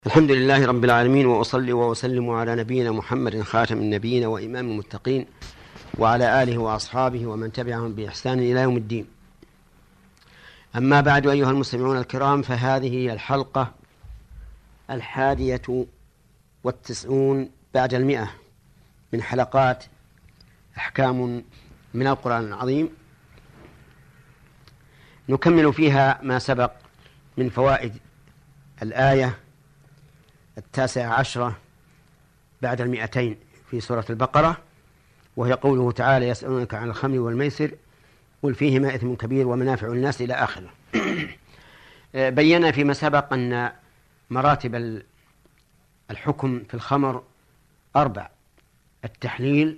الحمد لله رب العالمين، وأصلي وأسلم على نبينا محمد خاتم النبيين وإمام المتقين، وعلى آله وأصحابه ومن تبعهم بإحسان إلى يوم الدين. أما بعد، أيها المستمعون الكرام، فهذه هي الحلقة 91 بعد 100 من حلقات أحكام من القرآن العظيم، نكمل فيها ما سبق من فوائد الآية 19 بعد 200 في سورة البقرة، وهي قوله تعالى: يسألونك عن الخمر والميسر قل فيهما إثم كبير ومنافع الناس إلى آخره. بينا فيما سبق أن مراتب الحكم في الخمر 4: التحليل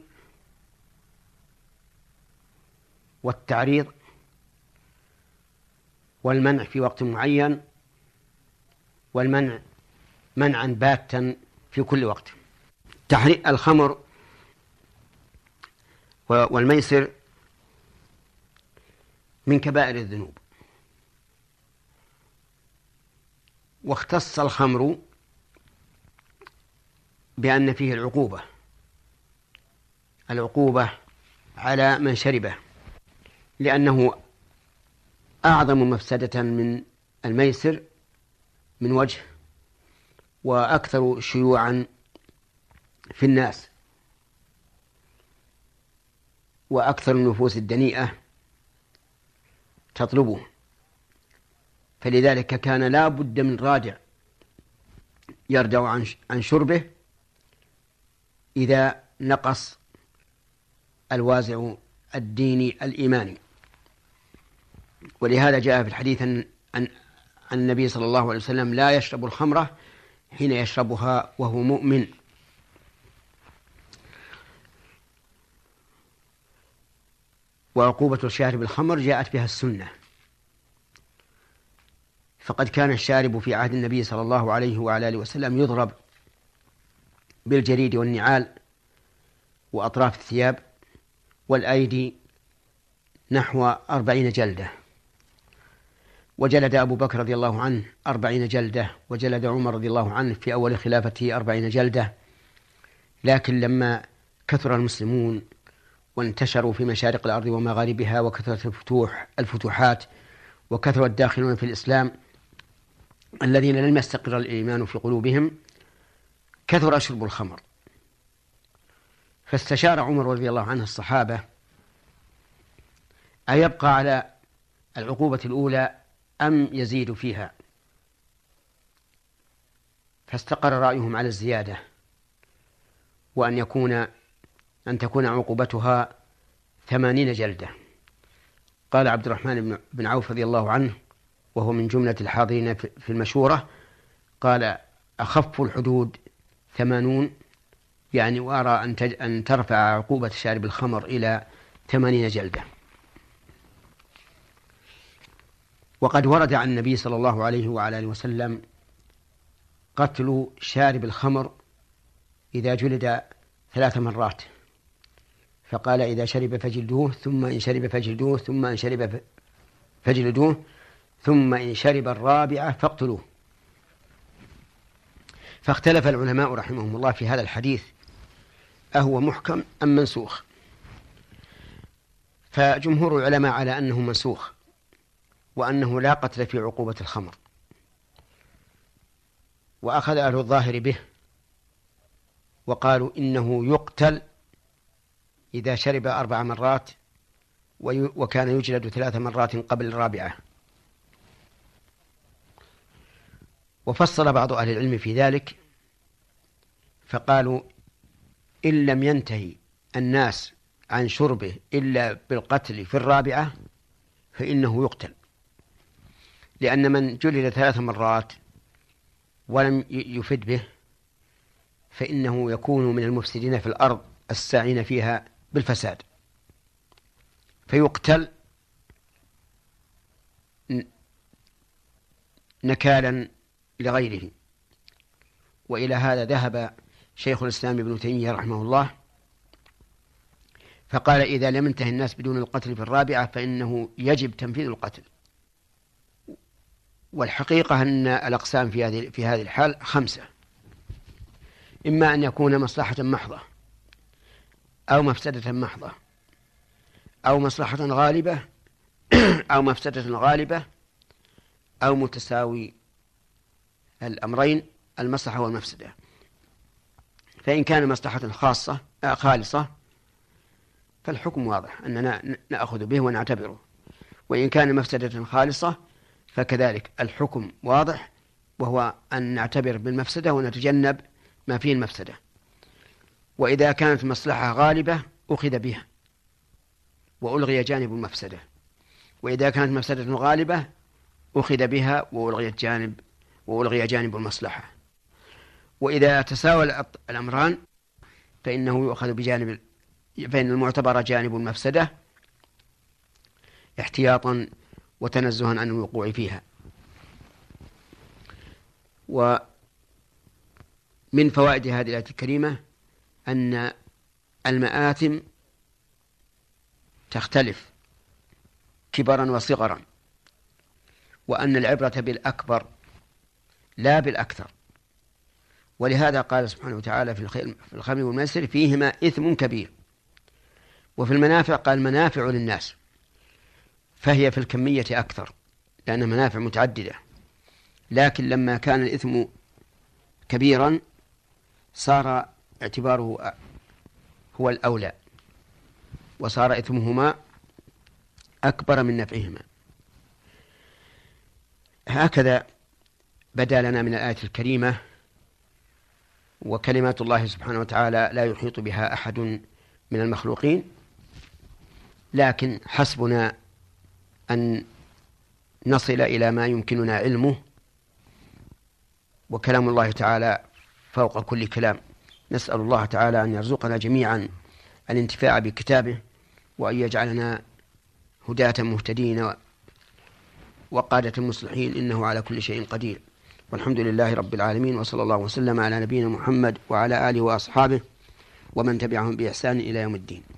والتعريض والمنع في وقت معين، والمنع منعا باتا في كل وقت. الخمر والميسر من كبائر الذنوب، واختص الخمر بأن فيه العقوبة على من شربه، لأنه أعظم مفسدة من الميسر من وجه، وأكثر شيوعا في الناس، وأكثر النفوس الدنيئة تطلبه، فلذلك كان لا بد من رادع يردع عن شربه إذا نقص الوازع الديني الإيماني. ولهذا جاء في الحديث عن النبي صلى الله عليه وسلم: لا يشرب الخمرة حين يشربها وهو مؤمن. وعقوبة الشارب الخمر جاءت بها السنة، فقد كان الشارب في عهد النبي صلى الله عليه وعلى آله وسلم يضرب بالجريد والنعال وأطراف الثياب والأيدي نحو 40 جلدة، وجلد أبو بكر رضي الله عنه 40 جلدة، وجلد عمر رضي الله عنه في أول خلافته 40 جلدة. لكن لما كثر المسلمون وانتشروا في مشارق الأرض ومغاربها، وكثرت الفتوحات، وكثر الداخلون في الإسلام الذين لم يستقر الإيمان في قلوبهم، كثر شرب الخمر. فاستشار عمر رضي الله عنه الصحابة أيبقى على العقوبة الأولى أم يزيد فيها، فاستقر رأيهم على الزيادة، أن تكون عقوبتها 80 جلدة. قال عبد الرحمن بن عوف رضي الله عنه، وهو من جملة الحاضرين في المشورة، قال: أخف الحدود 80، يعني وأرى أن ترفع عقوبة شارب الخمر إلى 80 جلدة. وقد ورد عن النبي صلى الله عليه وعلى آله وسلم قتل شارب الخمر إذا جلد 3 مرات، فقال: إذا شرب فجلدوه، ثم إن شرب فجلدوه، ثم إن شرب فجلدوه، ثم إن شرب الرابعة فاقتلوه. فاختلف العلماء رحمهم الله في هذا الحديث أهو محكم أم منسوخ؟ فجمهور العلماء على أنه منسوخ، وأنه لا قتل في عقوبة الخمر، وأخذ أهل الظاهر به وقالوا إنه يقتل إذا شرب 4 مرات وكان يجلد 3 مرات قبل الرابعة. وفصل بعض أهل العلم في ذلك فقالوا: إن لم ينتهي الناس عن شربه إلا بالقتل في الرابعة فإنه يقتل، لأن من جلد 3 مرات ولم يفد به فإنه يكون من المفسدين في الأرض الساعين فيها بالفساد، فيقتل نكالا لغيره. وإلى هذا ذهب شيخ الإسلام ابن تيمية رحمه الله، فقال: إذا لم ينتهي الناس بدون القتل في الرابعة فإنه يجب تنفيذ القتل. والحقيقة أن الأقسام في هذه الحال 5: إما أن يكون مصلحة محضة أو مفسدة محضة أو مصلحة غالبة أو مفسدة غالبة أو متساوي الأمرين المصلحة والمفسدة. فإن كان مصلحة خالصة فالحكم واضح أننا نأخذ به ونعتبره، وإن كان مفسدة خالصة فكذلك الحكم واضح، وهو أن نعتبر بالمفسدة ونتجنب ما فيه المفسدة. وإذا كانت مصلحة غالبة أخذ بها وألغي جانب المفسدة، وإذا كانت مفسدة غالبة أخذ بها وألغي جانب المصلحة. وإذا تساوى الأمران فإن المعتبر جانب المفسدة احتياطا وتنزها عن الوقوع فيها. ومن فوائد هذه الآية الكريمة أن المآثم تختلف كبرا وصغرا، وأن العبرة بالأكبر لا بالأكثر. ولهذا قال سبحانه وتعالى في الخمر والميسر فيهما إثم كبير. وفي المنافع قال منافع للناس، فهي في الكمية أكثر لأن منافع متعددة، لكن لما كان الإثم كبيرا صار اعتباره هو الأولى، وصار إثمهما أكبر من نفعهما. هكذا بدا لنا من الآية الكريمة. وكلمات الله سبحانه وتعالى لا يحيط بها أحد من المخلوقين، لكن حسبنا أن نصل إلى ما يمكننا علمه، وكلام الله تعالى فوق كل كلام. نسأل الله تعالى أن يرزقنا جميعا الانتفاع بكتابه، وأن يجعلنا هداة مهتدين وقادة مصلحين، إنه على كل شيء قدير. والحمد لله رب العالمين، وصلى الله وسلم على نبينا محمد وعلى آله وأصحابه ومن تبعهم بإحسان إلى يوم الدين.